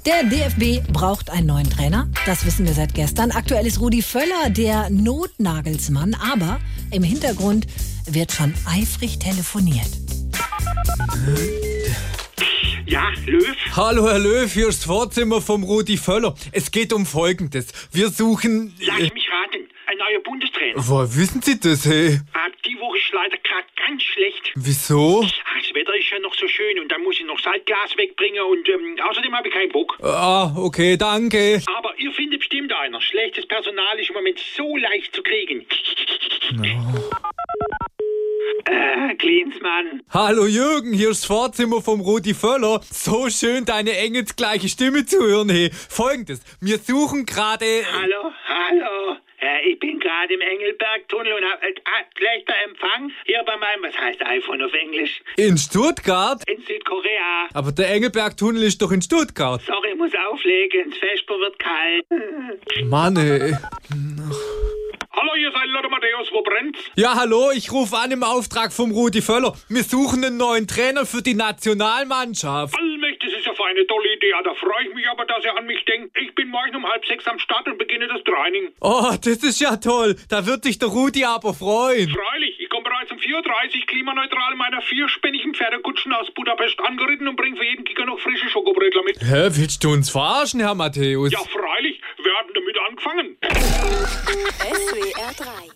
Der DFB braucht einen neuen Trainer. Das wissen wir seit gestern. Aktuell ist Rudi Völler der Notnagelsmann. Aber im Hintergrund wird schon eifrig telefoniert. Ja, Löw? Hallo Herr Löw, hier ist das Vorzimmer vom Rudi Völler. Es geht um Folgendes. Wir suchen... Lass mich raten. Ein neuer Bundestrainer. Woher wissen Sie das, hey? Die Woche ist leider gerade ganz schlecht. Wieso? Das Wetter ist ja noch so schön und dann muss ich noch Salzglas wegbringen und außerdem habe ich keinen Bock. Ah, okay, danke. Aber ihr findet bestimmt einer. Schlechtes Personal ist im Moment so leicht zu kriegen. Klinsmann. Hallo Jürgen, hier ist das Vorzimmer vom Rudi Völler. So schön, deine engelsgleiche Stimme zu hören, hey. Folgendes, wir suchen gerade... Hallo. Ich bin gerade im Engelberg-Tunnel und habe schlechter Empfang hier bei meinem, was heißt iPhone auf Englisch? In Stuttgart? In Südkorea. Aber der Engelberg-Tunnel ist doch in Stuttgart. Sorry, ich muss auflegen, das Vesper wird kalt. Mann, ey. Hallo, ihr seid Lothar Matthäus, wo brennt's? Ja, hallo, ich rufe an im Auftrag vom Rudi Völler. Wir suchen einen neuen Trainer für die Nationalmannschaft. Allmächtig, das ist ja eine tolle Idee. Da freue ich mich aber, dass ihr an mich denkt. Ich bin morgen um 5:30 am Start und beginne das Training. Oh, das ist ja toll. Da wird sich der Rudi aber freuen. Freilich, ich komme bereits um 4:30 Uhr klimaneutral in meiner vierspännigen Pferdekutschen aus Budapest angeritten und bringe für jeden Kicker noch frische Schokobrötler mit. Hä, willst du uns verarschen, Herr Matthäus? Ja, freilich, wir hatten damit angefangen. SWR 3